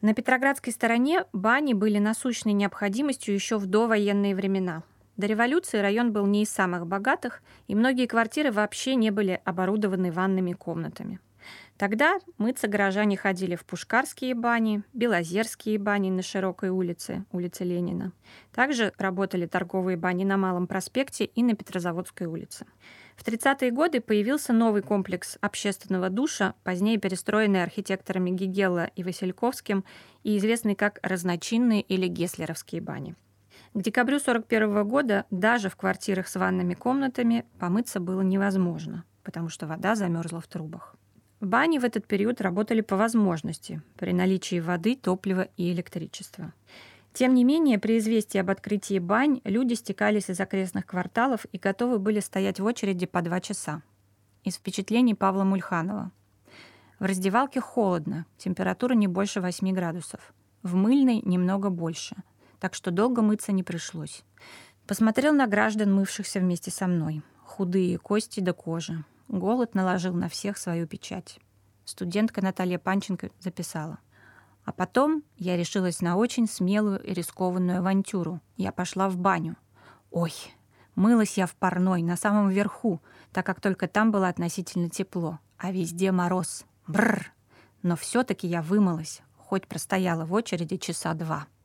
На Петроградской стороне бани были насущной необходимостью еще в довоенные времена. До революции район был не из самых богатых, и многие квартиры вообще не были оборудованы ванными комнатами. Тогда мыться горожане ходили в Пушкарские бани, Белозерские бани на Широкой улице, улице Ленина. Также работали торговые бани на Малом проспекте и на Петрозаводской улице. В 30-е годы появился новый комплекс общественного душа, позднее перестроенный архитекторами Гигелло и Васильковским и известный как разночинные или геслеровские бани. К декабрю 1941 года даже в квартирах с ванными комнатами помыться было невозможно, потому что вода замерзла в трубах. Бани в этот период работали по возможности, при наличии воды, топлива и электричества. Тем не менее, при известии об открытии бань люди стекались из окрестных кварталов и готовы были стоять в очереди по 2 часа. Из впечатлений Павла Мульханова. В раздевалке холодно, температура не больше 8 градусов. В мыльной немного больше, так что долго мыться не пришлось. Посмотрел на граждан, мывшихся вместе со мной. Худые кости до кожи. Голод наложил на всех свою печать. Студентка Наталья Панченко записала. А потом я решилась на очень смелую и рискованную авантюру. Я пошла в баню. Ой, мылась я в парной, на самом верху, так как только там было относительно тепло, а везде мороз. Бррр! Но все-таки я вымылась, хоть простояла в очереди часа 2.